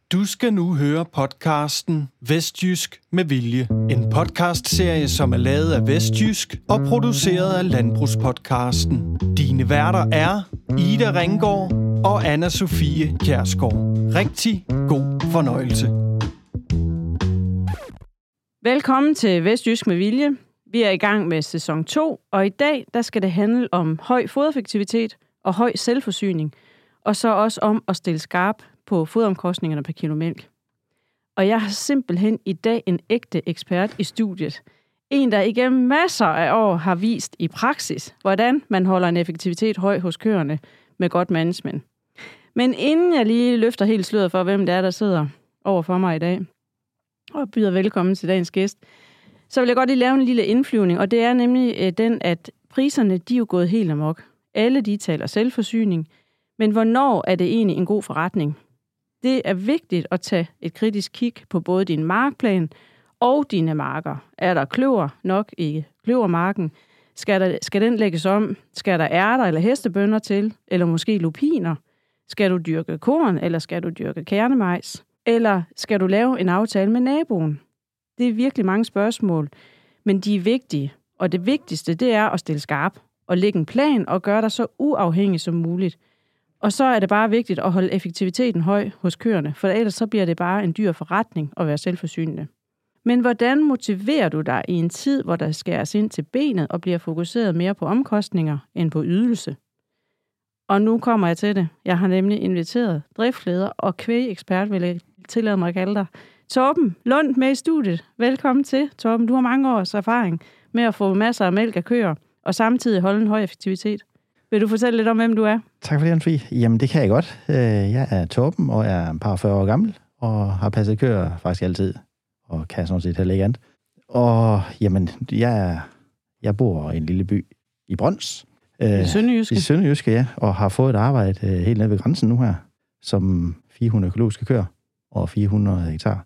Du skal nu høre podcasten Vestjysk med vilje. En podcastserie, som er lavet af Vestjysk og produceret af Landbrugspodcasten. Dine værter er Ida Ringgaard og Anna-Sofie Kjærsgaard. Rigtig god fornøjelse. Velkommen til Vestjysk med vilje. Vi er i gang med sæson 2, og i dag der skal det handle om høj fodereffektivitet og høj selvforsyning, og så også om at stille skarp på foderomkostningerne per kilo mælk. Og jeg har simpelthen i dag en ægte ekspert i studiet. En, der igennem masser af år har vist i praksis, hvordan man holder en effektivitet høj hos køerne med godt management. Men inden jeg lige løfter helt sløret for, hvem det er, der sidder over for mig i dag, og byder velkommen til dagens gæst, så vil jeg godt lige lave en lille indflyvning, og det er nemlig den, at priserne, de er jo gået helt amok. Alle de taler selvforsyning, men hvornår er det egentlig en god forretning? Det er vigtigt at tage et kritisk kig på både din markplan og dine marker. Er der kløver nok i kløvermarken? Skal den lægges om? Skal der ærter eller hestebønner til? Eller måske lupiner? Skal du dyrke korn, eller skal du dyrke kernemajs? Eller skal du lave en aftale med naboen? Det er virkelig mange spørgsmål, men de er vigtige. Og det vigtigste, det er at stille skarp og lægge en plan og gøre dig så uafhængig som muligt. Og så er det bare vigtigt at holde effektiviteten høj hos køerne, for ellers så bliver det bare en dyr forretning at være selvforsynende. Men hvordan motiverer du dig i en tid, hvor der skæres ind til benet og bliver fokuseret mere på omkostninger end på ydelse? Og nu kommer jeg til det. Jeg har nemlig inviteret driftsleder og kvægekspert, vil jeg tillade mig at kalde dig, Torben Lund, med i studiet. Velkommen til, Torben. Du har mange års erfaring med at få masser af mælk af køer og samtidig holde en høj effektivitet. Vil du fortælle lidt om, hvem du er? Tak for det, Anne-Sophie. Jamen, det kan jeg godt. Jeg er Torben, og jeg er et par 40 år gammel, og har passet køer faktisk altid, og kan sådan set heller ikke andet. Og jamen, jeg bor i en lille by i Brøns. I Sønderjyske? I Sønderjyske, ja, og har fået et arbejde helt nede ved grænsen nu her, som 400 økologiske køer og 400 hektar,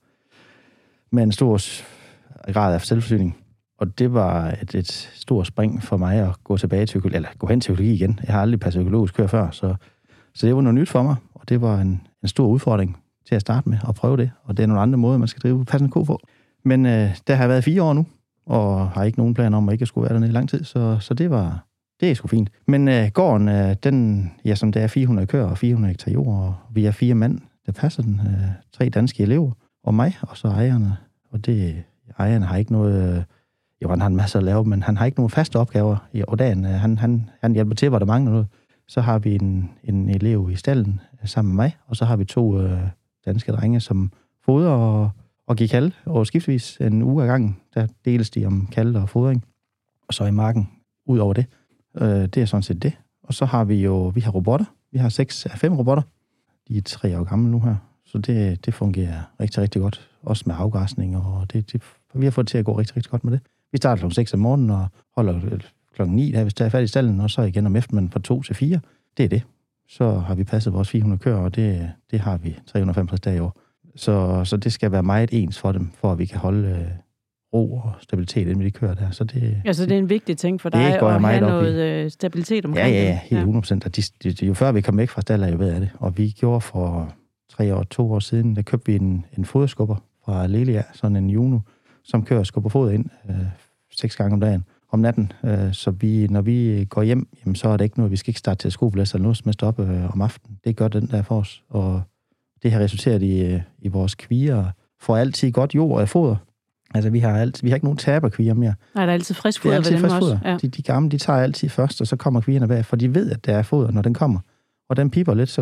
med en stor grad af selvforsyning. Og det var et stort spring for mig at gå tilbage til gå hen til økologi igen. Jeg har aldrig passet økologisk køer før, så det var noget nyt for mig, og det var en stor udfordring til at starte med at prøve det. Og det er nogle andre måder, man skal drive passende ko på. Men der har jeg været 4 år nu, og har ikke nogen planer om, at jeg ikke skulle være dernede i lang tid, så det er sgu fint. Men gården, den, ja, som det er 400 køer og 400 hektar jord, og vi er 4 mand, der passer den. 3 danske elever, og mig, og så ejerne. Og ejerne har ikke noget... Jo, han har en masse at lave, men han har ikke nogen faste opgaver i dagen. Han hjælper til, hvor der mangler noget. Så har vi en elev i stallen sammen med mig, og så har vi 2 danske drenge, som fodrer og giver kalde og skiftvis en uge ad gangen. Der deles de om kalde og fodring. Og så i marken ud over det. Det er sådan set det. Og så har vi har robotter. Vi har 6 af 5 robotter. De er 3 år gamle nu her. Så det fungerer rigtig, rigtig godt. Også med afgræsning, og vi har fået det til at gå rigtig, rigtig godt med det. Vi starter kl. 6 om morgenen og holder kl. 9, hvis der er færdig i stallen, og så igen om eftermiddagen fra 2 til 4. Det er det. Så har vi passet vores 400 køer, og det har vi 365 dage i år. Så det skal være meget ens for dem, for at vi kan holde ro og stabilitet inden vi kører der. Så det er en vigtig ting for dig at have noget stabilitet omkring det. Ja, helt 100%. Jo før vi kom væk fra stallen, er jo ved af det. Og vi gjorde for 2 år siden, der købte vi en foderskubber fra Lelia, sådan en Juno, som kører og skubber foder ind 6 gange om dagen om natten. Så når vi går hjem, jamen, så er det ikke noget, vi skal ikke starte til skoleplads eller noget som helst op om aftenen. Det gør den der for os, og det har resulteret i vores kvier får altid godt jord og foder. Altså, vi har ikke nogen taberkvier mere. Nej, der er altid frisk foder ved dem også. Ja. De gamle, de tager altid først, og så kommer kvierne bag, for de ved, at der er foder, når den kommer. Og den piper lidt,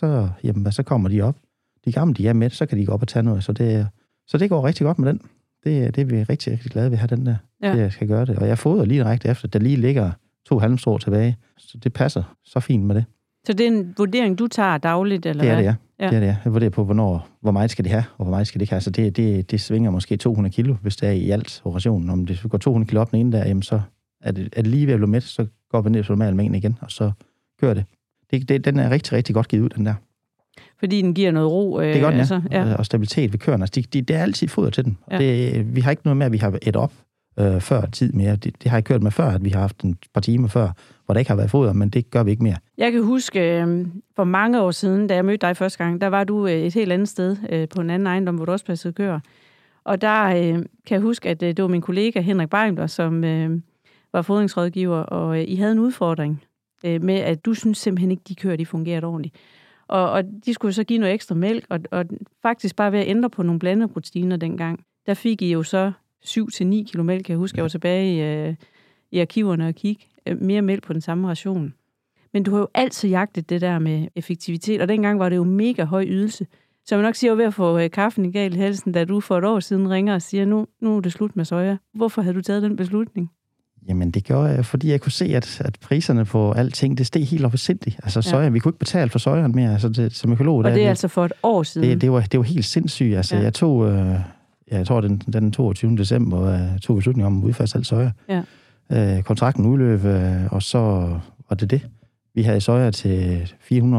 så kommer de op. De gamle, de er med, så kan de gå op og tage noget. Så det går rigtig godt med den. Det er vi rigtig, rigtig glade ved at have den der, til jeg skal gøre det. Og jeg fodrer lige direkte efter, der lige ligger 2 halmstrå tilbage. Så det passer så fint med det. Så det er en vurdering, du tager dagligt, eller hvad? Det er det, ja. Jeg vurderer på, hvor meget skal de have, og hvor meget skal de ikke have. Så det svinger måske 200 kilo, hvis det er i alt operationen. Om det går 200 kilo op den ene der, jamen så er det lige ved at blive mæt, så går vi ned på normal mængde igen, og så kører det. Den er rigtig, rigtig godt givet ud, den der. Fordi den giver noget ro. Det gør den, ja. Og stabilitet ved køerne. Altså, det er altid foder til den. Ja. Vi har ikke noget med, at vi har et op, før tid mere. Det har jeg kørt med før, at vi har haft en par timer før, hvor der ikke har været foder, men det gør vi ikke mere. Jeg kan huske, for mange år siden, da jeg mødte dig første gang, der var du et helt andet sted på en anden ejendom, hvor du også passede køer. Og der kan jeg huske, at det var min kollega Henrik Beimler, som var fodringsrådgiver, og I havde en udfordring med, at du synes simpelthen ikke, de køer, de fungerede ordentligt. Og de skulle så give noget ekstra mælk, og faktisk bare ved at ændre på nogle blanderutiner dengang, der fik I jo så 7-9 kilo mælk. Jeg husker, jeg var tilbage i arkiverne og kigge. Mere mælk på den samme ration. Men du har jo altid jagtet det der med effektivitet, og dengang var det jo mega høj ydelse. Så man nok siger jo ved at få kaffen i galt i halsen, da du for et år siden ringer og siger, nu er det slut med soja. Hvorfor havde du taget den beslutning? Jamen, det gjorde jeg, fordi jeg kunne se, at priserne på alting, det steg helt opsindigt. Altså soja, vi kunne ikke betale for sojaen mere, altså det, som økolog. Og det er altså for et år siden? Det var helt sindssygt. Altså, jeg tog, jeg tror, den 22. december tog beslutning om at udfase alt soja. Ja. Kontrakten udløb, og så var det. Vi havde soja til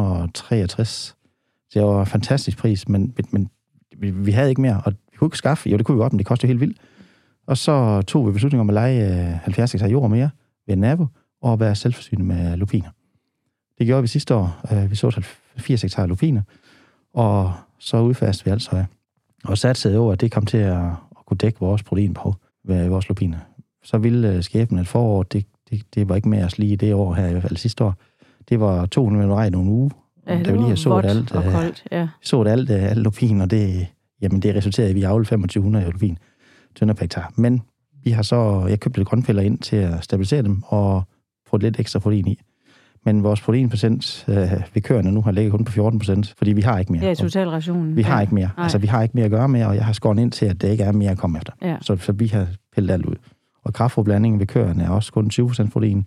463. Det var en fantastisk pris, men vi havde ikke mere, og vi kunne ikke skaffe. Jo, det kunne vi godt, men det kostede helt vildt. Og så tog vi beslutning om at leje 70 hektar jord mere ved en nabo, og være selvforsynende med lupiner. Det gjorde vi sidste år. Vi så 80 hektar lupiner, og så udfastede vi alt soja. Og satsede over, at det kom til at kunne dække vores protein på ved vores lupiner. Så ville skæbnen et forår, det var ikke mere at lige det år her, i hvert fald sidste år. Det var 200 meter nogle uge. Ja, det var vådt og koldt, ja. Så alt lupin, og det resulterede i, at vi avlede 2500 lupin tønder per hektar. Men jeg købte lidt grønfælder ind til at stabilisere dem, og få lidt ekstra protein i. Men vores proteinprocent ved køerne nu har ligget kun på 14%, fordi vi har ikke mere. Det er totalrationen. Vi har ikke mere. Altså, vi har ikke mere at gøre med, og jeg har skåret ind til, at det ikke er mere at komme efter. Ja. Så vi har pillet alt ud. Og kraftfoderblandingen ved køerne er også kun 20% protein.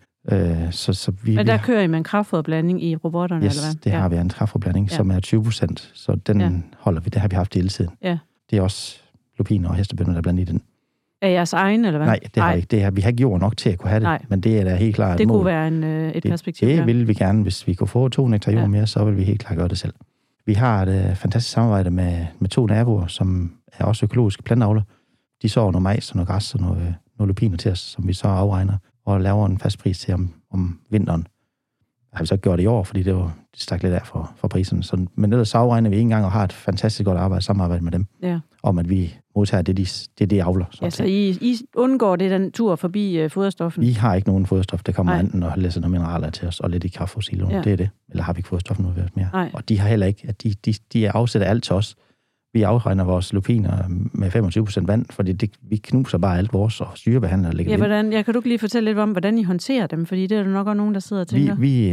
Men der kører I med en kraftfoderblanding i robotterne, eller hvad? Det har vi en kraftfoderblanding, som er 20%, så den holder vi. Det har vi haft hele tiden. Ja. Det er også lupiner og hestebønner, der er blandet i den. Er jeres egen, eller hvad? Nej, det har vi ikke. Vi har ikke jord nok til at kunne have det, men det er da helt klart det kunne være et perspektiv. Det ville vi gerne. Hvis vi kunne få 2 hektar jord mere, så ville vi helt klart gøre det selv. Vi har et fantastisk samarbejde med 2 naboer, som er også økologiske plantavler. De sår noget majs og noget græs og noget lupiner til os, som vi så afregner og laver en fast pris til om vinteren. Det har vi så ikke gjort i år, fordi det stak lidt af for priserne. Men ellers afregner vi ikke engang og har et fantastisk godt samarbejde med dem. Ja. Om at vi modtager det de avler. Så I undgår det den tur forbi foderstoffen? Vi har ikke nogen foderstof. Der kommer anden og læser nogle mineraler til os, og lidt i kraftfosiloen. Ja. Det er det. Eller har vi ikke foderstof nu mere? Nej. Og de har heller ikke, at de afsætter alt til os. Vi afregner vores lupiner med 25% vand, fordi vi knuser bare alt vores og syrebehandler og lægger jeg kan du ikke lige fortælle lidt om, hvordan I håndterer dem? Fordi det er jo nok også nogen, der sidder og tænker.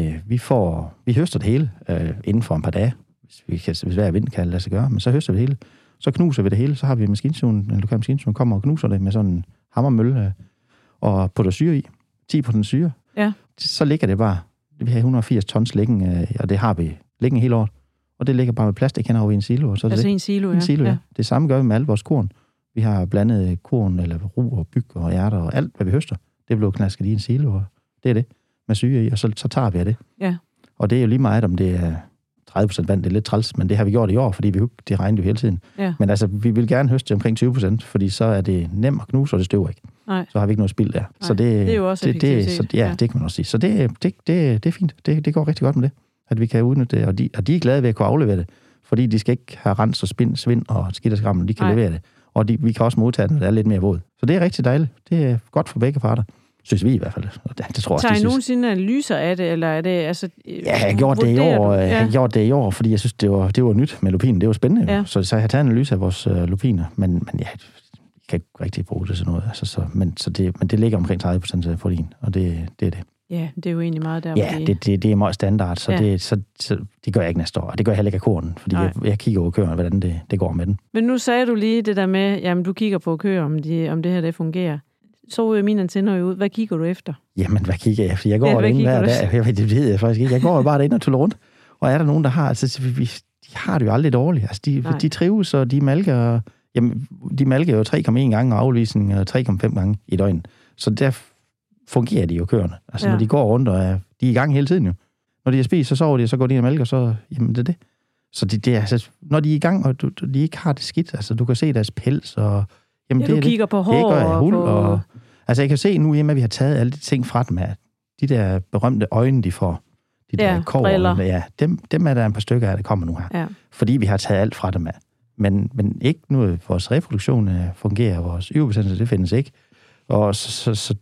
Vi høster det hele inden for et par dage, hvis hver vind kan lade sig gøre, men så høster vi det hele. Så knuser vi det hele, så har vi en lokal maskinstation, kommer og knuser det med sådan en hammermølle og putter syre i. 10% syre. Ja. Så ligger det bare. Vi har 180 tons liggende, og det har vi liggende hele året. Og det ligger bare med plastik hen over i en silo. Og så altså en silo, ja. En silo, ja. Det samme gør vi med alle vores korn. Vi har blandet korn, eller ru og byg og hjerter og alt, hvad vi høster. Det bliver knasket i en silo, og det er det. Med syre i, og så tager vi af det. Ja. Og det er jo lige meget, om det er 30% vand, det er lidt træls, men det har vi gjort i år, fordi det regner jo hele tiden. Ja. Men altså, vi vil gerne høste omkring 20%, fordi så er det nemt at knuse, og det støver ikke. Nej. Så har vi ikke noget spild der. Så det er jo også effektivitet. Det kan man også sige. Så det er fint. Det går rigtig godt med det, at vi kan udnytte det, og de er glade ved at kunne aflevere det, fordi de skal ikke have rens og svind og skidt og skrammen, de kan levere det. Og vi kan også modtage det, når det er lidt mere våd. Så det er rigtig dejligt. Det er godt for begge parter. Synes vi i hvert fald. Det tror jeg, tager I nogensinde analyser af det, eller er det altså... Ja, jeg har gjort det i år, fordi jeg synes, det var nyt med lupinen. Det var spændende. Ja. Så jeg har taget en analyse af vores lupiner, men jeg kan ikke rigtig bruge det til noget. Altså, men det ligger omkring 30% protein, og det er det. Ja, det er jo egentlig meget der. Ja, det er meget standard, så det gør jeg ikke næste år. Og det gør jeg heller ikke af kornen, fordi jeg kigger over køerne, hvordan det går med den. Men nu sagde du lige det der med, jamen du kigger på køer, om det her det fungerer. Så mine antenner ud. Hvad kigger du efter? Jamen, hvad kigger jeg efter? Jeg går derinde hver dag. Det ved jeg faktisk ikke. Jeg går bare derinde og tuller rundt. Og er der nogen, der har... Altså, de har det jo aldrig dårligt. Altså, de trives, og de malker... Jamen, de malker jo 3,1 gange, og afvisning 3,5 gange i døgnet. Så der fungerer de jo køerne. Altså, når de går rundt, og de er i gang hele tiden jo. Når de har spist, så sover de, og så går de ind og malker, så... Jamen, det er det. Så det er altså... Når de er i gang, og de ikke har det skidt, altså, du kan se deres pels, og Jamen, du kigger på hår og hul, og altså, jeg kan se nu, at vi har taget alle de ting fra dem af. De der berømte øjne, de får. De der kår, ja, dem er der en par stykker af, der kommer nu her. Ja. Fordi vi har taget alt fra dem af. Men ikke noget, vores reproduktion fungerer, vores yverbestandelse, det findes ikke. Og så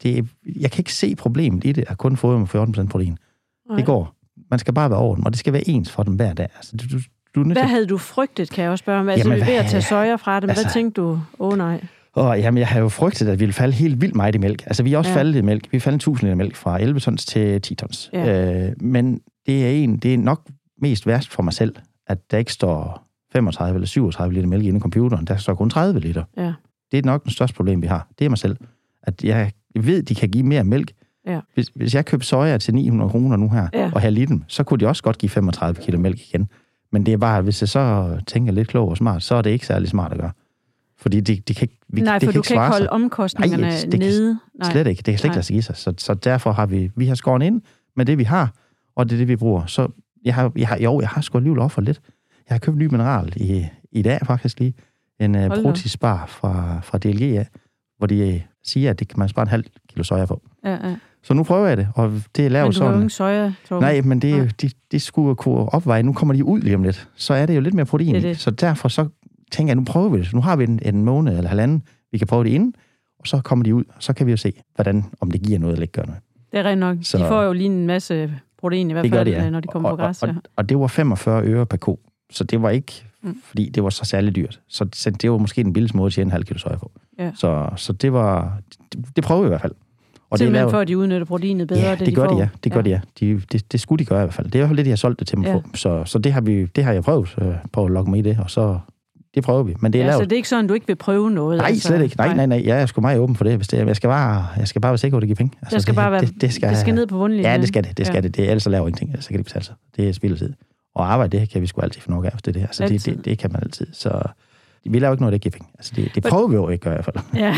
jeg kan ikke se problemet i det, at kun fodre med 14% protein. Nej. Det går. Man skal bare være over dem, og det skal være ens for dem hver dag. Altså, hvad havde du frygtet, kan jeg også spørge om? Altså, ved at tage soja fra dem, hvad tænkte du? Nej. Jamen, jeg har jo frygtet, at vi ville falde helt vildt meget i mælk. Altså, vi er også faldet i mælk. Vi faldt 1000 liter mælk fra 11 tons til 10 tons. Ja. Men det er nok mest værst for mig selv, at der ikke står 35 eller 37 liter mælk inde i computeren. Der står kun 30 liter. Ja. Det er nok den største problem, vi har. Det er mig selv. At jeg ved, de kan give mere mælk. Ja. Hvis jeg køber soja til 900 kroner nu her, og have lidt dem, så kunne de også godt give 35 kilo mælk igen. Men det er bare, hvis jeg så tænker lidt klog og smart, så er det ikke særlig smart at gøre. Fordi de kan ikke Nej, for du kan ikke holde omkostningerne nede. Nej. Slet ikke. Det kan slet ikke lade sig give sig. Så derfor har vi har skåret ind med det, vi har, og det er det, vi bruger. Så jeg har sgu alligevel offeret lidt. Jeg har købt en ny mineral i dag faktisk lige. En Protispar fra DLG af, hvor de siger, at det kan man spare 0,5 kilo soja på. Ja. Så nu prøver jeg det, og det er lavet sådan. Men du har jo ikke soja, Torben. Nej, men det skulle kunne opveje. Nu kommer de ud lige om lidt. Så er det jo lidt mere protein i. Så derfor så tænker jeg, nu prøver vi det. Nu har vi en måned eller halvanden. Vi kan prøve det inden, og så kommer de ud. Og så kan vi jo se, om det giver noget eller ikke gør noget. Det er rent nok. Så, de får jo lige en masse protein i hvert fald, når de kommer på græs. Og det var 45 øre per ko. Så det var ikke, fordi det var så særlig dyrt. Så det var måske den billigste måde at tjene 0,5 kilo soja på. Ja. Så det var... Det prøver vi i hvert fald. Og simpelthen det for, at de udnytter proteinet bedre, det gør de, ja. Det gør de, ja. Det skulle de gøre i hvert fald. Det er i hvert fald det, de har solgt det til mig på. Så det har jeg prøvet på at logge med i det, og så... Det prøver vi, men det er lavet. Så det er ikke sådan, du ikke vil prøve noget? Nej, slet ikke. Nej. Jeg er sgu meget åben for det. Hvis det jeg skal bare være sikker på, at det giver penge. Altså, det skal ned på bundlinjen. Ja, det skal det. Det skal det. Det er ellers laver ingenting. Så kan det betale sig. Det er spildtid. Og arbejde, det kan vi sgu altid få nok af efter det her. Så det kan man altid. Så vi laver ikke noget, der giver penge. Altså, det prøver vi jo ikke, i hvert fald. Ja.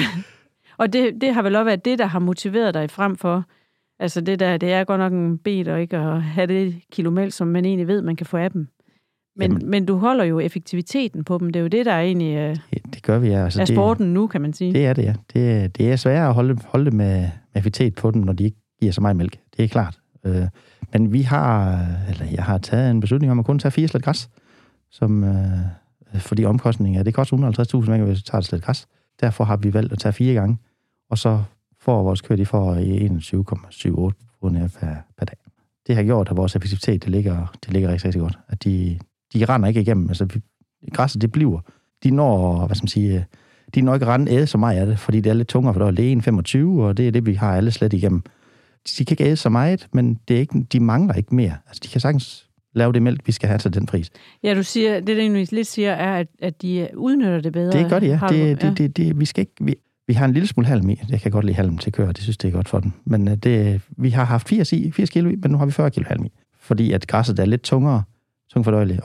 Og det har vel også været det, der har motiveret dig frem for. Altså det er godt nok en bed, og ikke at have det kilo mælk, som man egentlig ved, man kan få af dem. Men du holder jo effektiviteten på dem. Det er jo det, der er egentlig det gør vi, ja. Altså, er sporten nu, kan man sige. Det er det, ja. Det er sværere at holde det med effektivitet på dem, når de ikke giver så meget mælk. Det er klart. Men jeg har taget en beslutning om at kun tage 4 slæt græs, fordi omkostninger, det koster 150.000, hvis vi tager et slæt græs. Derfor har vi valgt at tage 4 gange, og så får vores køer, de får 21,78 kroner per dag. Det har gjort, at vores effektivitet, det ligger rigtig, rigtig godt. At de render ikke igennem. Altså, græsset, det bliver. De når, de når ikke rende æde så meget af det, fordi det er lidt tungere, for der er lægen 25, og det er det, vi har alle slet igennem. De kan ikke æde så meget, men de mangler ikke mere. Altså, de kan sagtens lave det mælk, vi skal have til den pris. Ja, du siger, det lidt siger, er, at de udnytter det bedre. Det gør de, ja. Vi skal ikke... Vi har en lille smule halm i. Jeg kan godt lide halm til køer, det synes det er godt for dem. Men vi har haft 80 kilo i, men nu har vi 40 kilo halm i. Fordi at græsset er lidt tungfordøjeligt.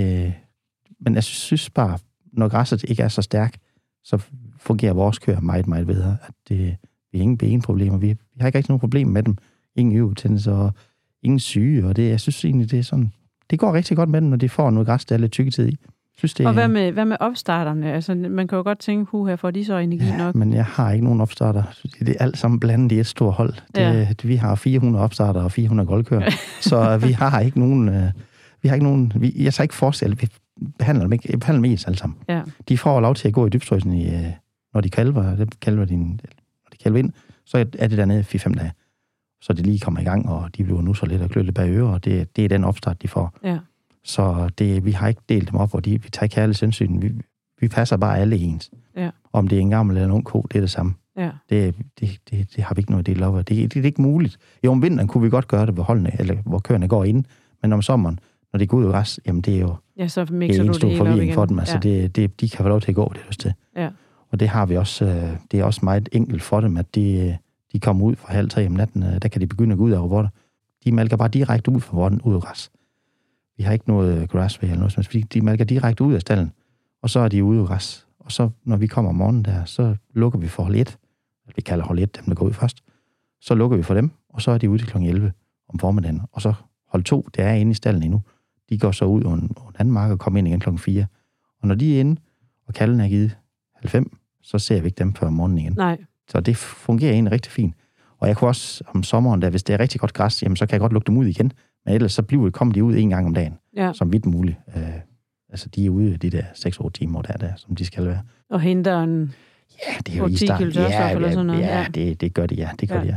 Men jeg synes bare, når græsset ikke er så stærkt, så fungerer vores køer meget, meget bedre. Vi har ingen benproblemer. Vi har ikke rigtig nogen problemer med dem. Ingen øvetændelser og ingen syge. Og jeg synes egentlig, det er sådan... Det går rigtig godt med dem, når de får noget græs, der er lidt tykketid i. Og hvad med opstarterne? Altså, man kan jo godt tænke, her får de så energi nok. Men jeg har ikke nogen opstarter. Det er alt sammen blandet i et stort hold. Vi har 400 opstarter og 400 goldkøer. Så vi har ikke nogen... jeg tager ikke forskel. Vi behandler dem ens alle sammen. Ja. De får lov til at gå i dybfrysen, når de kalver. Når de kalver ind, så er det dernede 4-5 dage. Så det lige kommer i gang, og de bliver nu så lidt og klø lidt bag ører, og det er den opstart, de får. Ja. Så vi har ikke delt dem op, og vi tager ikke alle sindssygen. Vi passer bare alle ens. Ja. Om det er en gammel eller en ung ko, det er det samme. Ja. Det har vi ikke noget delt op af. Det er ikke muligt. Jo, om vinteren kunne vi godt gøre det, hvor køerne går ind, men om sommeren, når de går ud i græs, jamen det er jo så mixer en stor forvirring for dem. Altså de kan få lov til at gå, det er lyst til. Ja. Og det har vi også. Det er også meget enkelt for dem, at de kommer ud fra 2:30 om natten. Der kan de begynde at gå ud af robotter. De malker bare direkte ud fra robotten ud i græs. Vi har ikke noget grassway eller noget, fordi de malker direkte ud af stallen, og så er de ude i græs. Og så, når vi kommer om morgenen der, så lukker vi for hold 1. Vi kalder hold 1, dem der går ud først. Så lukker vi for dem, og så er de ude til kl. 11 om formiddagen. Og så hold 2, det er inde i stallen endnu. De går så ud på en anden mark og kommer ind igen kl. 4. Og når de er inde, og kalden er givet så ser vi ikke dem før om morgenen igen. Nej. Så det fungerer egentlig rigtig fint. Og jeg kunne også om sommeren, hvis det er rigtig godt græs, jamen, så kan jeg godt lukke dem ud igen. Men ellers så kommer de ud en gang om dagen, som vidt muligt. Altså, de er ude de der 6-8 timer, der, som de skal være. Og henter en... Ja, det er jo i starten. Det gør de, ja.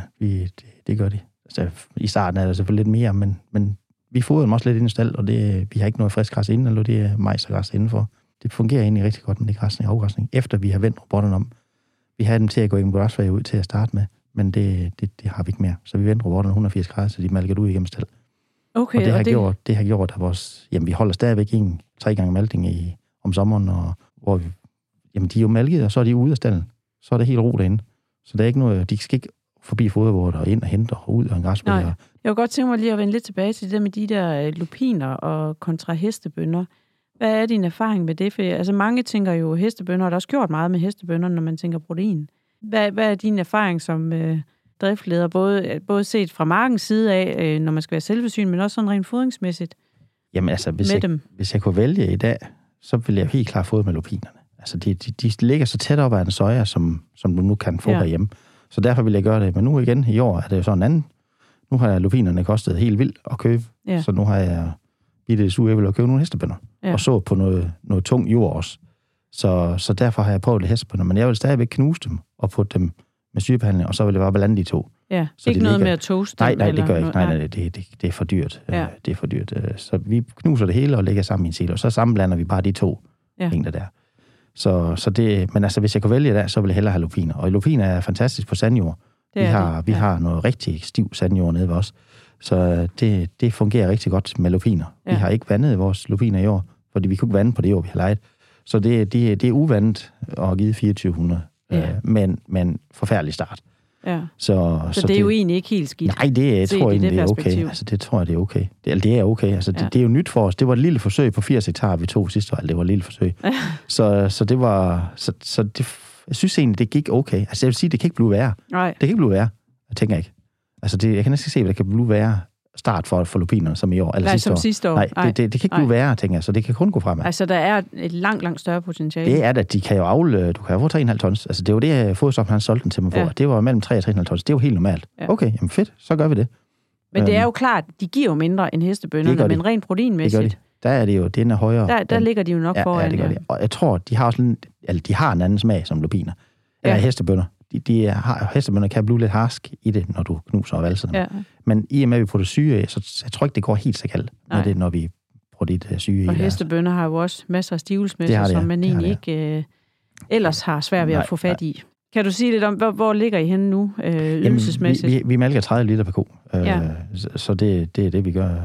Det gør de. Altså, i starten er der selvfølgelig lidt mere, men vi fodrer dem også lidt ind i stald, og vi har ikke noget frisk græs inden, eller det er majs og græs indenfor. Det fungerer egentlig rigtig godt med det græsning og afgræsning, efter vi har vendt robotterne om. Vi havde dem til at gå i en græsvæg ud til at starte med, men det har vi ikke mere. Så vi vendte robotterne 180 grader, så de malker ud igennem stald. Okay, og det har gjort, at vi holder stadigvæk 3 gange malking om sommeren, og hvor de er jo malket, og så er de ude af stallen. Så er det helt ro derinde. Så der er ikke noget, de skal ikke forbi fodervorter og ind og hente og ud af en græsbød. Nej, jeg kunne godt tænke mig lige at vende lidt tilbage til det der med de der lupiner og kontra hestebønner. Hvad er din erfaring med det? For altså, mange tænker jo hestebønner, og der er også gjort meget med hestebønner, når man tænker protein. Hvad er din erfaring som driftleder, både set fra markens side af, når man skal være selvforsynet, men også sådan rent fodringsmæssigt? Jamen altså, hvis jeg kunne vælge i dag, så ville jeg helt klart fodre med lupinerne. Altså, de ligger så tæt op ad en soja, som du nu kan få herhjemme. Så derfor vil jeg gøre det. Men nu igen, i år er det jo sådan en anden. Nu har lupinerne kostet helt vildt at købe. Ja. Så nu har jeg i det sugeævel at købe nogle hestebønner. Ja. Og så på noget tung jord også. Så derfor har jeg prøvet det hestebønner. Men jeg vil stadigvæk knuse dem og putte dem med syrebehandling, og så vil det bare blande de to. Ja, så ikke noget med at toaste? Nej, det gør jeg ikke. Nej, det er for dyrt. Ja. Det er for dyrt. Så vi knuser det hele og lægger sammen i en silo, og så sammenblander vi bare de to mængder der. Så det, men altså, hvis jeg kunne vælge det, så ville jeg hellere have lupiner. Og lupiner er fantastisk på sandjord. Vi har noget rigtig stiv sandjord nede ved os. Så det fungerer rigtig godt med lupiner. Ja. Vi har ikke vandet vores lupiner i år, fordi vi kunne ikke vande på det år, vi har lejet. Så det er uvandet og givet 2400. Ja. Men forfærdelig start. Ja. Så det er jo egentlig ikke helt skidt. Nej, jeg tror egentlig, det er okay. Altså, det tror jeg, det er okay. Det er okay. Altså, det er jo nyt for os. Det var et lille forsøg på 80 hektar, vi tog sidste år. Det var et lille forsøg. Så det var... Så det, jeg synes egentlig, det gik okay. Altså, jeg vil sige, det kan ikke blive værre. Nej. Det kan ikke blive værre. Jeg tænker ikke. Altså, jeg kan næsten se, hvad det kan blive værre start for lupinerne som i år. Eller sidste år. Nej, det kan ikke blive værre, tænker jeg. Så det kan kun gå fremad. Altså, der er et langt større potentiale. Det er det. De kan jo avle... Du kan jo få 3,5 tons. Altså, det var det, Foderstof, han solgte den til mig for. Det var mellem 3 og 3,5 tons. Det er jo helt normalt. Ja. Okay, jamen fedt. Så gør vi det. Men det er jo klart, de giver jo mindre end hestebønnerne, men rent proteinmæssigt. Det gør de. Der er det jo, den er højere. Der ligger de jo nok foran. Ja, det gør de. Og jeg tror, de har også de har en anden smag som lupiner. Eller hestebønner. Hestebønner kan blive lidt harsk i det, når du knuser og valser dem. Ja. Men i og med, at vi putter syre, så jeg tror ikke, det går helt så galt, når vi putter dit syre i. Og hestebønner har jo også masser af stivelsmæssigt, som man egentlig ikke ellers har svært ved at få fat i. Kan du sige lidt om, hvor ligger I henne nu, ydelsesmæssigt? Vi malker 30 liter per ko, så det er det, vi gør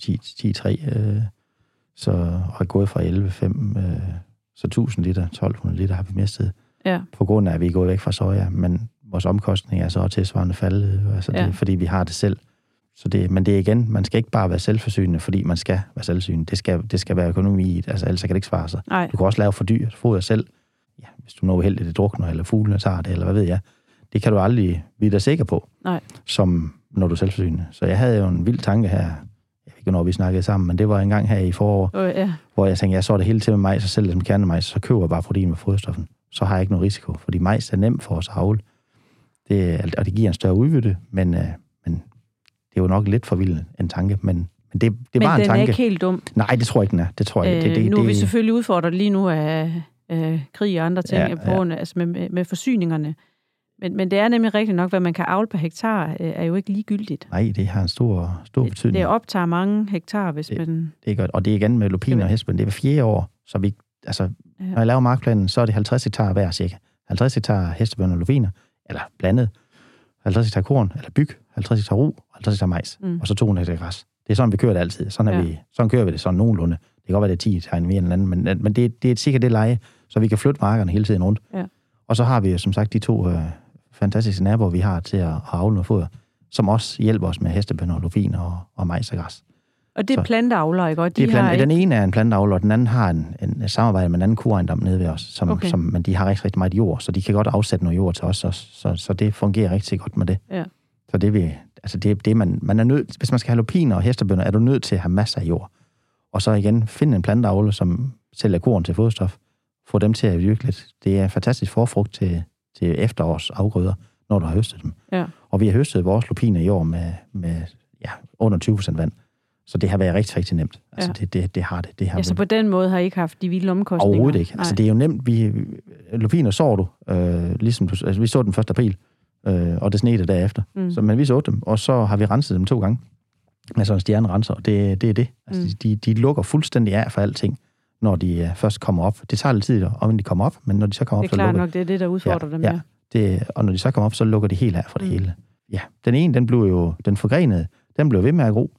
10-3, så har gået fra 11-5, så 1000 liter, 1200 liter har vi mistet. Ja. På grund af, at vi er gået væk fra soja, men vores omkostning er så tilsvarende faldet, altså det, fordi vi har det selv. Men det er igen, man skal ikke bare være selvforsynende, fordi man skal være selvforsynende. Det skal være økonomi i det, altså ellers kan det ikke svare sig. Nej. Du kan også lave for dyrt foder selv, hvis du når uheldigt, det drukner, eller fuglene tager det, eller hvad ved jeg. Det kan du aldrig blive der sikker på, som når du er selvforsynende. Så jeg havde jo en vild tanke her, jeg ved ikke, når vi snakkede sammen, men det var en gang her i foråret, hvor jeg tænkte, jeg så det hele til med majs, og selv det som kernemajs, så køber jeg bare protein med foderstoffen. Så har jeg ikke noget risiko, fordi majs er nemt for os at avle. Og det giver en større udbytte, men det er jo nok lidt for vild en tanke, men det er bare en tanke. Men den er ikke helt dum. Nej, det tror jeg ikke, den er. Det tror jeg ikke. Nu er vi selvfølgelig udfordret lige nu af krig og andre ting, altså med forsyningerne. Men det er nemlig rigtigt nok, hvad man kan avle per hektar, er jo ikke ligegyldigt. Nej, det har en stor betydning. Det optager mange hektar, hvis man... Det er godt, og det er igen med lupiner og hestebønner. Det er hver 4 år, så vi... Altså, når jeg laver markplanen, så er det 50 hektar hver cirka. 50 hektar hestebønner og lupiner, eller blandet. 50 hektar korn, eller byg. 50 hektar ro, 50 hektar majs. Og så 200 hektar græs. Det er sådan, vi kører det altid. Sådan kører vi det sådan nogenlunde. Det kan godt være, det er 10 hektar mere end anden, men det er sikkert det leje, så vi kan flytte markerne hele tiden rundt. Ja. Og så har vi som sagt de 2 fantastiske naboer, vi har til at avle noget foder, som også hjælper os med hestebønner og lupiner og majs og græs. Og det er planteavlere, ikke? Den ene er en planteavler, og den anden har en samarbejde med en anden kurejendom nede ved os, men de har rigtig meget jord, så de kan godt afsætte noget jord til os, så det fungerer rigtig godt med det. Ja. Så det man er nødt, hvis man skal have lupiner og hestebønner, er du nødt til at have masser af jord. Og så igen, finde en planteavler, som sælger korn til foderstof, få dem til at virke lidt. Det er en fantastisk forfrugt til efterårs afgrøder, når du har høstet dem. Ja. Og vi har høstet vores lupiner i år med under 20% vand. Så det har været rigtig, rigtig nemt. Altså, det har det. Det har så på den måde har I ikke haft de vilde omkostninger? Overhovedet ikke. Altså, det er jo nemt. Lupiner sår du, ligesom vi så den 1. april, og det snede derefter. Men vi så dem, og så har vi renset dem 2 gange med sådan en stjernerenser, og det er det. Altså, de lukker fuldstændig af for alting, når de først kommer op. Det tager lidt tid, om de kommer op, men når de så kommer op, så lukker det er klart nok, det er det, der udfordrer dem. Ja. Og når de så kommer op, så lukker de helt af for det hele. Ja, den ene, den forgrenede, den blev ved med at gro,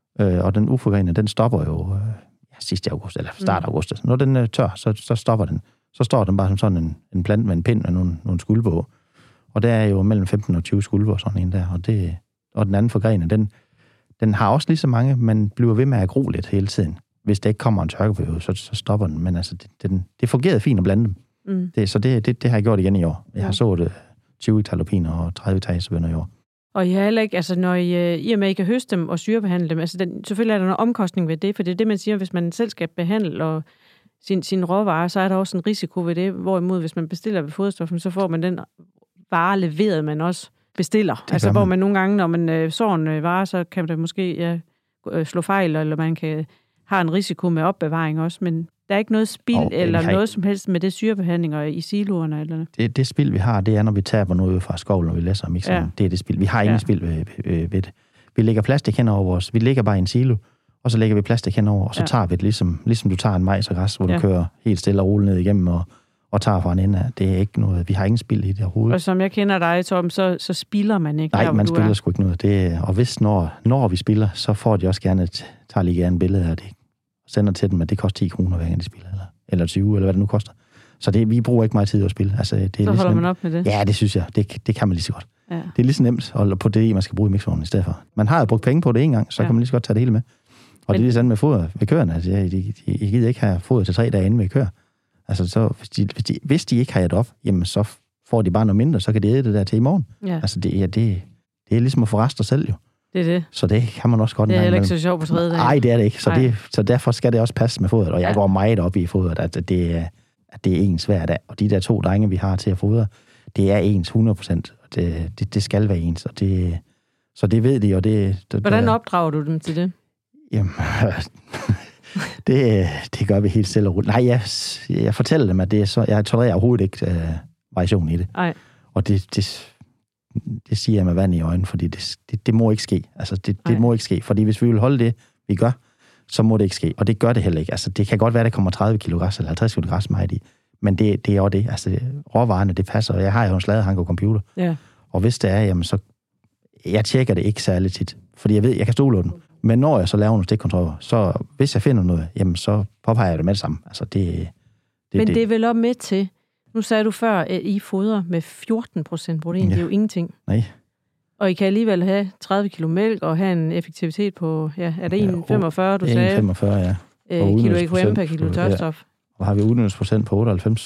og den uforgrenede, den stopper jo sidst i august, eller start august. Når den er tør, så stopper den. Så står den bare som sådan en plante med en pind og nogle skulde på. Og der er jo mellem 15 og 20 skulde og sådan en der. Og den anden forgrenede, den har også lige så mange, men bliver ved med at gro lidt hele tiden. Hvis der ikke kommer en tørkeperiode, så stopper den. Men altså, det fungerede fint at blande dem. Så det har jeg gjort igen i år. Jeg har sået 20 hektar lupiner og 30 tagesbønner i år. Og I har heller ikke, altså når I og med, I kan høste dem og syrebehandle dem, altså selvfølgelig er der noget omkostning ved det, for det er det, man siger, hvis man selv skal behandle og sin råvarer, så er der også en risiko ved det, hvorimod hvis man bestiller ved foderstoffen, så får man den vare leveret, man også bestiller. Altså hvor man nogle gange, når man sår en vare, så kan det måske slå fejl, eller man har en risiko med opbevaring også, men der er ikke noget spild eller noget som helst med det syrebehandlinger i siloerne? Eller? Det spild, vi har, det er, når vi taber noget fra skovlen, når vi læser mixeren. Ja. Det er det spild. Vi har ingen spild ved det. Vi lægger plastik hen over vores... Vi lægger bare i en silo, og så lægger vi plastik hen over, og så tager vi det ligesom du tager en majs og græs, hvor du kører helt stille og roligt ned igennem og tager fra en ende af. Det er ikke noget... Vi har ingen spild i det overhovedet. Og som jeg kender dig, Tom, så spilder man ikke. Nej, man spilder sgu ikke noget. Og hvis når vi spilder, så får de også gerne tager lige gerne billeder af det. Sender til dem, at det koster 10 kroner, hver gang de spiller, eller 20, eller hvad det nu koster. Så vi bruger ikke meget tid at spille. Altså, det er så holder man op med det? Ja, det synes jeg. Det kan man lige så godt. Ja. Det er lige så nemt at holde på det, man skal bruge i mixvognen i stedet for. Man har jo brugt penge på det en gang, så kan man lige så godt tage det hele med. Og det er lige sådan med foder ved køerne. Altså, I gider ikke have foder til 3 dage inden vi kører. Altså, så hvis de ikke har det op, jamen så får de bare noget mindre, så kan de æde det der til i morgen. Ja. Altså, det er ligesom at få rester selv jo. Det er det. Så det kan man også godt... Det er heller ikke så sjovt på 3. dag. Nej, det er det ikke. Så derfor skal det også passe med fodret. Og jeg går meget op i fodret, at det er ens hver dag. Og de der 2 drenge, vi har til at fodre, det er ens 100%. Det skal være ens. Så det ved de, og det... Hvordan opdrager du dem til det? Jamen, det gør vi helt stille og roligt. Nej, jeg fortæller dem, at det er så... Jeg tolererer overhovedet ikke variation i det. Nej. Og det siger jeg med vand i øjnene, fordi det må ikke ske. Altså, det må ikke ske, fordi hvis vi vil holde det, vi gør, så må det ikke ske. Og det gør det heller ikke. Altså, det kan godt være, der kommer 30 kilo græs eller 50 kilo græs meget i, men det er også det. Altså, råvarerne, det passer. Og jeg har jo en sladehank og computer. Ja. Og hvis det er, jamen så... Jeg tjekker det ikke særlig tit, fordi jeg ved, jeg kan stole på den. Men når jeg så laver nogle stikkontroller, så hvis jeg finder noget, jamen så påpeger jeg det med det samme. Altså, men det er vel også med til... Nu sagde du før, at I fodrer med 14% protein. Det er jo ingenting. Nej. Og I kan alligevel have 30 kilo mælk og have en effektivitet på, er det 1,45, du sagde? 1,45, ja. Kilo EKM per kilo tørstof. Og har vi udnyttelsesprocent på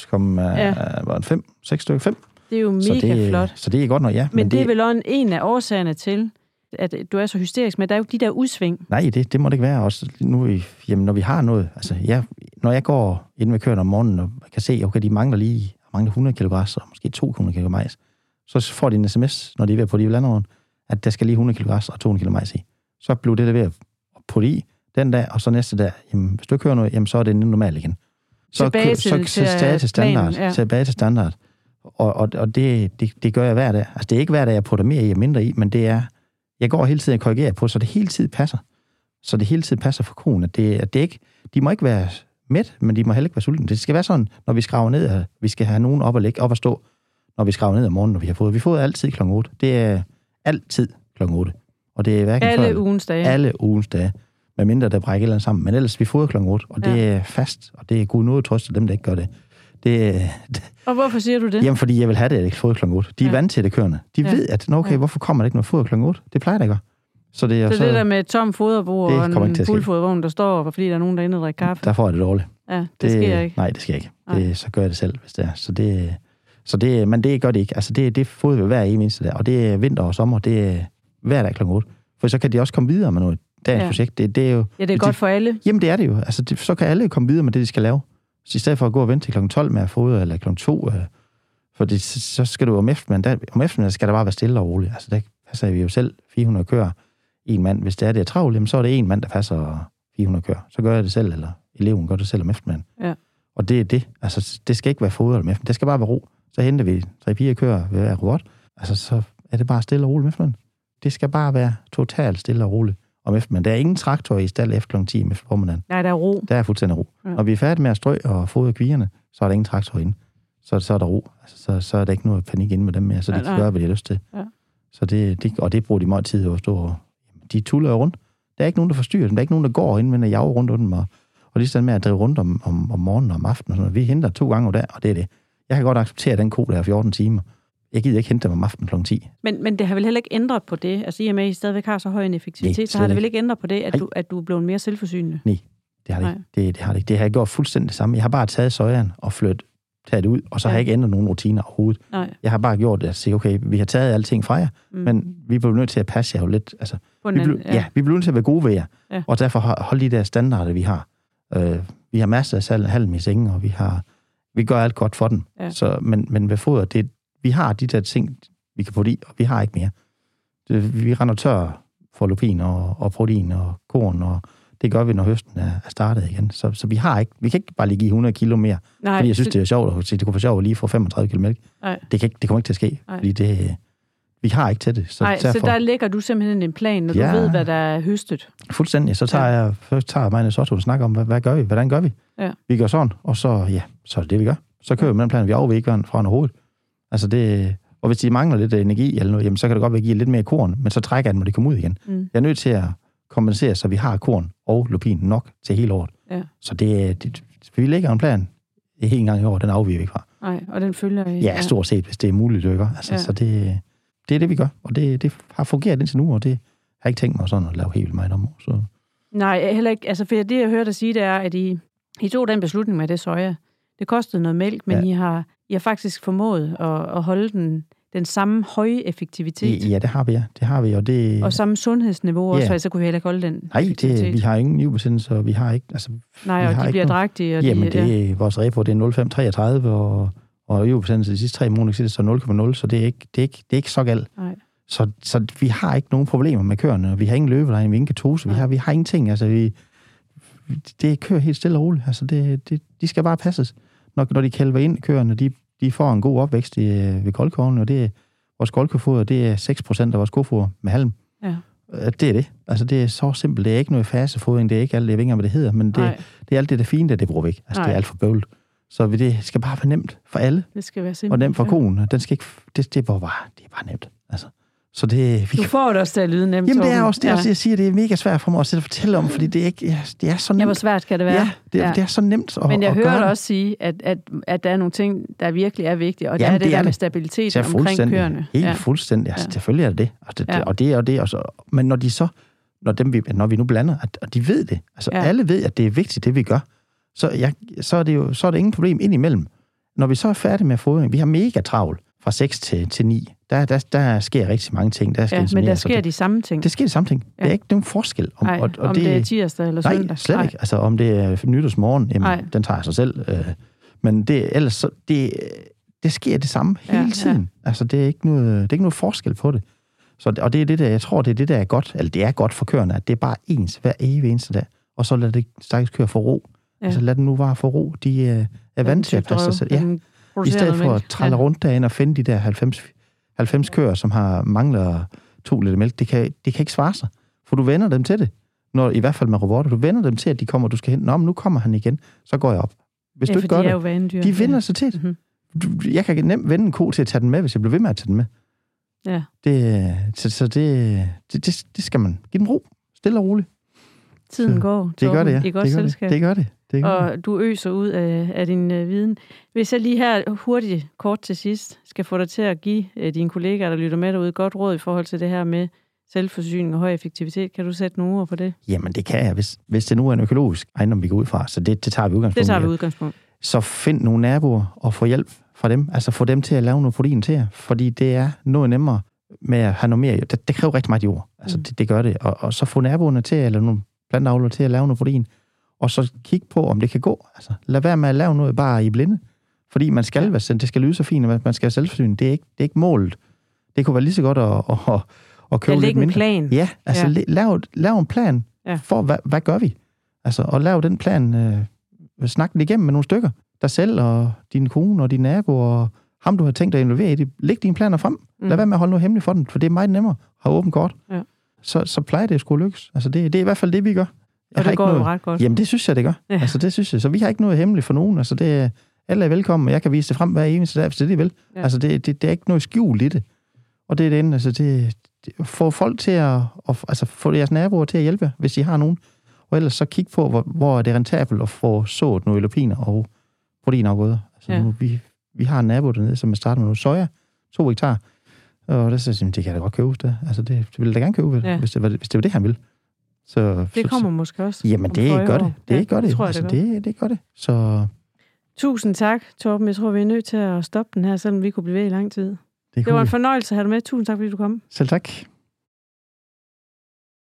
98,5, 6 stykker 5. Det er jo mega flot. Så det er godt nok, ja. Men det er vel også en af årsagerne til, at du er så hysterisk, men der er jo de der udsving. Nej, det må det ikke være. Også nu, når vi har noget, altså når jeg går ind ved køren om morgenen, og kan se, okay, de mangler 100 kilo græs, og måske 200 kilo majs, så får de en sms, når de er ved på de landområden, at der skal lige 100 kilo græs og 200 kilo majs i. Så bliver det ved at putte i den dag, og så næste dag, jamen, hvis du ikke hører noget, jamen, så er det normalt igen. Så tilbage til standard. Ja. Tilbage til standard. Og det gør jeg hver dag. Altså, det er ikke hver dag, jeg putter mere i og mindre i, men det er, jeg går hele tiden og korrigerer på, så det hele tiden passer. Så det hele tiden passer for konen. At det ikke, de må ikke være mæt, men de må heller ikke være sultne. Det skal være sådan, når vi skraver ned, at vi skal have nogen op og ligge op og stå, når vi skraver ned om morgenen, når vi har fået. Vi får altid kl. 8. Det er altid kl. 8. Og det er hverken alle ugens dage. Alle ugens dage. Med mindre der brækker et eller andet sammen. Men ellers vi får kl. 8, og det er fast, og det er god noget trøst til dem, der ikke gør det. Og hvorfor siger du det? Jamen, fordi jeg vil have det, at jeg ikke får kl. 8. De er vant til det kørende. De ved, at okay, hvorfor kommer der ikke noget foder kl. 8? Det plejer det ikke. Så det der med tom foderbord og en fuldfodervogn, der står, fordi der er nogen, der er inde og drikker kaffe. Der får jeg det dårligt. Ja, det sker ikke. Nej, det sker ikke. Så gør jeg det selv, hvis det er. Men det gør det ikke. Altså, det foder vi hver eneste der. Og det er vinter og sommer, det er hver dag kl. 8. For så kan de også komme videre med noget. Dagens projekt, det er jo... Ja, det er godt for alle. Jamen, det er det jo. Altså, så kan alle komme videre med det, de skal lave. Så i stedet for at gå og vente til kl. 12 med at fodre, eller kl. 2, for så skal du om eftermiddagen skal der bare være stille og roligt. Altså, der passer vi jo selv 400 køer en mand. Hvis det er travlt, så er det en mand, der passer 400 køer. Så gør jeg det selv, eller eleven gør det selv om eftermiddagen. Ja. Og det er det. Altså, det skal ikke være fodret om eftermiddagen. Det skal bare være ro. Så henter vi 3-4 køer ved hver robot. Altså, så er det bare stille og roligt om eftermiddagen. Det skal bare være totalt stille og roligt om eftermiddagen. Der er ingen traktor i stald efter kl. 10 om formiddagen. Nej, der er ro. Der er fuldstændig ro. Ja. Når vi er færdige med at strø og fodre kvierne, så er der ingen traktor inde. Så er der ro. Altså, så er der ikke noget panik inde med dem mere, så de kan gøre, hvad de har lyst til. Ja. Så det bruger de meget tid at stå og... De tuller rundt. Der er ikke nogen, der forstyrrer dem. Der er ikke nogen, der går ind og jager rundt dem. Og lige sådan med at drive rundt om morgenen og om aftenen. Og sådan noget. Vi henter 2 gange om dagen, og det er det. Jeg kan godt acceptere den ko, der er 14 timer. Jeg gider ikke hente dem om aftenen kl. 10. Men det har vel heller ikke ændret på det? Altså i og med, at I stadigvæk har så høj en effektivitet, så har det vel ikke ændret på det, at du er blevet mere selvforsynende? Nej, det har det ikke. Det har det ikke. Det har jeg gjort fuldstændig det samme. Jeg har bare taget sojaen og taget det ud, og så har jeg ikke ændret nogen rutiner overhovedet. Nej. Jeg har bare gjort det at sige, okay, vi har taget alting fra jer, men vi bliver nødt til at passe jer jo lidt. Altså, vi bliver nødt til at være gode ved jer, og derfor holde de der standarder, vi har. Vi har masser af halm i sengen, og vi gør alt godt for dem. Ja. Så, men ved foder, vi har de der ting, vi kan putte i, og vi har ikke mere. Vi render tør for lupin og protein og korn, og det gør vi, når høsten er startet igen. Så vi kan ikke bare lige give 100 kilo mere, fordi jeg synes, det er sjovt at sige, det kunne være sjovt at lige få 35 kilo mælk. Det kommer ikke til at ske, fordi vi har ikke til det. Så der lægger du simpelthen en plan, når du ved, hvad der er høstet. Fuldstændig. Så tager mig en Sotto og snakker om, hvad gør vi? Hvordan gør vi? Ja. Vi gør sådan, og så er det det, vi gør. Så kører vi med den plan, vi afviger ikke fra overhovedet. Altså og hvis de mangler lidt energi eller noget, jamen, så kan det godt være at give lidt mere korn, men så trækker jeg den, når det kommer ud igen. Jeg er nødt til at kompensere, så vi har korn og lupin nok til hele året. Ja. Så vi lægger en plan en gang i år, den afviger vi ikke fra. Nej, og den følger I. Ja, stort set, hvis det er muligt, det gør. Altså, så det er det, vi gør, og det har fungeret indtil nu, og det har jeg ikke tænkt mig sådan at lave helt vildt meget om. Så. Nej, heller ikke. Altså, for det, jeg hørte dig sige, det er, at I tog den beslutning med det soja. Det kostede noget mælk, men I har faktisk formået at holde den samme høje effektivitet. Ja, det har vi, ja. Det har vi, og samme sundhedsniveau også, så kunne vi heller ikke holde den effektivitet. Vi har ingen nivbesættelse, og vi har ikke... Altså, nej, og de bliver drægtige. Jamen, vores repo, det er 0,533, og nivbesættelse de sidste 3 måneder, så 0,0, så det er ikke så galt. Nej. Så vi har ikke nogen problemer med køerne, vi har ingen løbedrejning, vi har ingen ketose, vi har ingenting, altså det kører helt stille og roligt, altså de skal bare passes. Når de kalver ind, køerne, de får en god opvækst ved koldkornen, og vores koldkornfoder, det er 6% af vores kofoder med halm. Ja. Det er det. Altså, det er så simpelt. Det er ikke noget fasefodring, det er ikke alt, jeg ved ikke, hvad det hedder, men det er alt det, der fine, det bruger vi ikke. Altså, det er alt for bøvlet. Så det skal bare være nemt for alle. Det skal være simpelt. Og nemt for konen. Den skal ikke, det er bare nemt. Altså. Så du får det også til at lyde nemt. Jamen, det er også det, jeg siger, det er mega svært for mig at sidde og fortælle om, fordi det er så nemt. Ja, hvor svært kan det være? Ja, det er så nemt at Men jeg hører dig også sige, at der er nogle ting, der virkelig er vigtige, og det er det der med stabilitet omkring køerne. Helt fuldstændig. Altså, selvfølgelig er det det. Og det er det også. Men når vi nu blander, at de ved det. Altså, alle ved, at det er vigtigt, det vi gør. Så er det ingen problem indimellem. Når vi så er færdige med fodring, vi har mega travlt fra 6 til 9. Der sker rigtig mange ting. Men der sker de samme ting. Det sker de samme ting. Ja. Det er ikke nogen forskel. Om det er tirsdag eller søndag. Nej, slet ikke. Altså, om det er nytårsmorgen, jamen, den tager jeg sig selv. Men ellers det sker det samme hele tiden. Ja. Altså, det er ikke noget forskel på det. Og det er det der, jeg tror, det er det, der er godt. Eller det er godt for køerne, at det er bare ens hver evig eneste dag. Og så lad det stakkels køre for ro. Ja. Altså, lad den nu bare for ro. De er vant til at passe sig selv. Ja. I stedet for at trælle rundt derinde og finde de der 90 køer, som mangler 2 liter mælk, det kan ikke svare sig. For du vender dem til det. I hvert fald med robotter. Du vender dem til, at de kommer, du skal hen. Nå, men nu kommer han igen. Så går jeg op. Hvis du ikke gør det, de vender sig til det. Mm-hmm. Jeg kan nemt vende en ko til at tage den med, hvis jeg bliver ved med at tage den med. Ja. Det skal man. Giv den ro. Stille og roligt. Tiden går. Det gør det, ja. I godt selskab. Det gør det. Og du øser ud af din viden. Hvis jeg lige her hurtigt, kort til sidst, skal få dig til at give dine kollegaer, der lytter med derude, godt råd i forhold til det her med selvforsyning og høj effektivitet. Kan du sætte nogle ord på det? Jamen, det kan jeg. Hvis det nu er en økologisk ejendom, vi går ud fra, så det tager vi udgangspunkt. Så find nogle naboer og få hjælp fra dem. Altså få dem til at lave noget protein til jer, fordi det er noget nemmere med at have noget mere. Det kræver rigtig meget jord. Altså det gør det. Og så få naboerne til, eller nogle plantavlere til at lave noget protein. og så kigge på, om det kan gå. Altså, lad være med at lave noget bare i blinde. Fordi man skal være sendt, det skal lyde så fint, at man skal have selvforsyning. Det er ikke målet. Det kunne være lige så godt at købe lidt mindre. En plan. Ja, altså lav en plan for, hvad gør vi? Altså, og lav den plan, snak den igennem med nogle stykker. Dig selv og din kone og din nabo og ham, du har tænkt at involvere i det. Læg dine planer frem. Lad være med at holde noget hemmeligt for den, for det er meget nemmere at have åbent kort. Ja. Så plejer det at skulle lykkes. Altså, det er i hvert fald det, vi gør. Og det går jo ret godt. Jamen, det synes jeg, det gør. Ja. Altså, det synes jeg. Så vi har ikke noget hemmeligt for nogen. Altså, alle er velkommen, og jeg kan vise det frem hver eneste dag, hvis det vil. Ja. Altså, det er ikke noget skjult i det. Og det er det, altså, få folk til altså, få jeres naboer til at hjælpe, hvis I har nogen. Og ellers så kig på, hvor er det rentabelt at få sået nogle lupiner og proteinafgrøder. Altså, nu, vi har en nabo dernede, som er startet med noget soja, 2 hektar. Og der siger det kan jeg da godt købe det. Altså, det vil jeg da gerne købe, hvis det var det, han ville. Det kommer måske også. Jamen, det gør det. Det gør det. Tror jeg, altså, det gør det. Så... Tusind tak, Torben. Jeg tror, vi er nødt til at stoppe den her, selvom vi kunne blive ved i lang tid. Det var en fornøjelse at have dig med. Tusind tak, fordi du kom. Selv tak.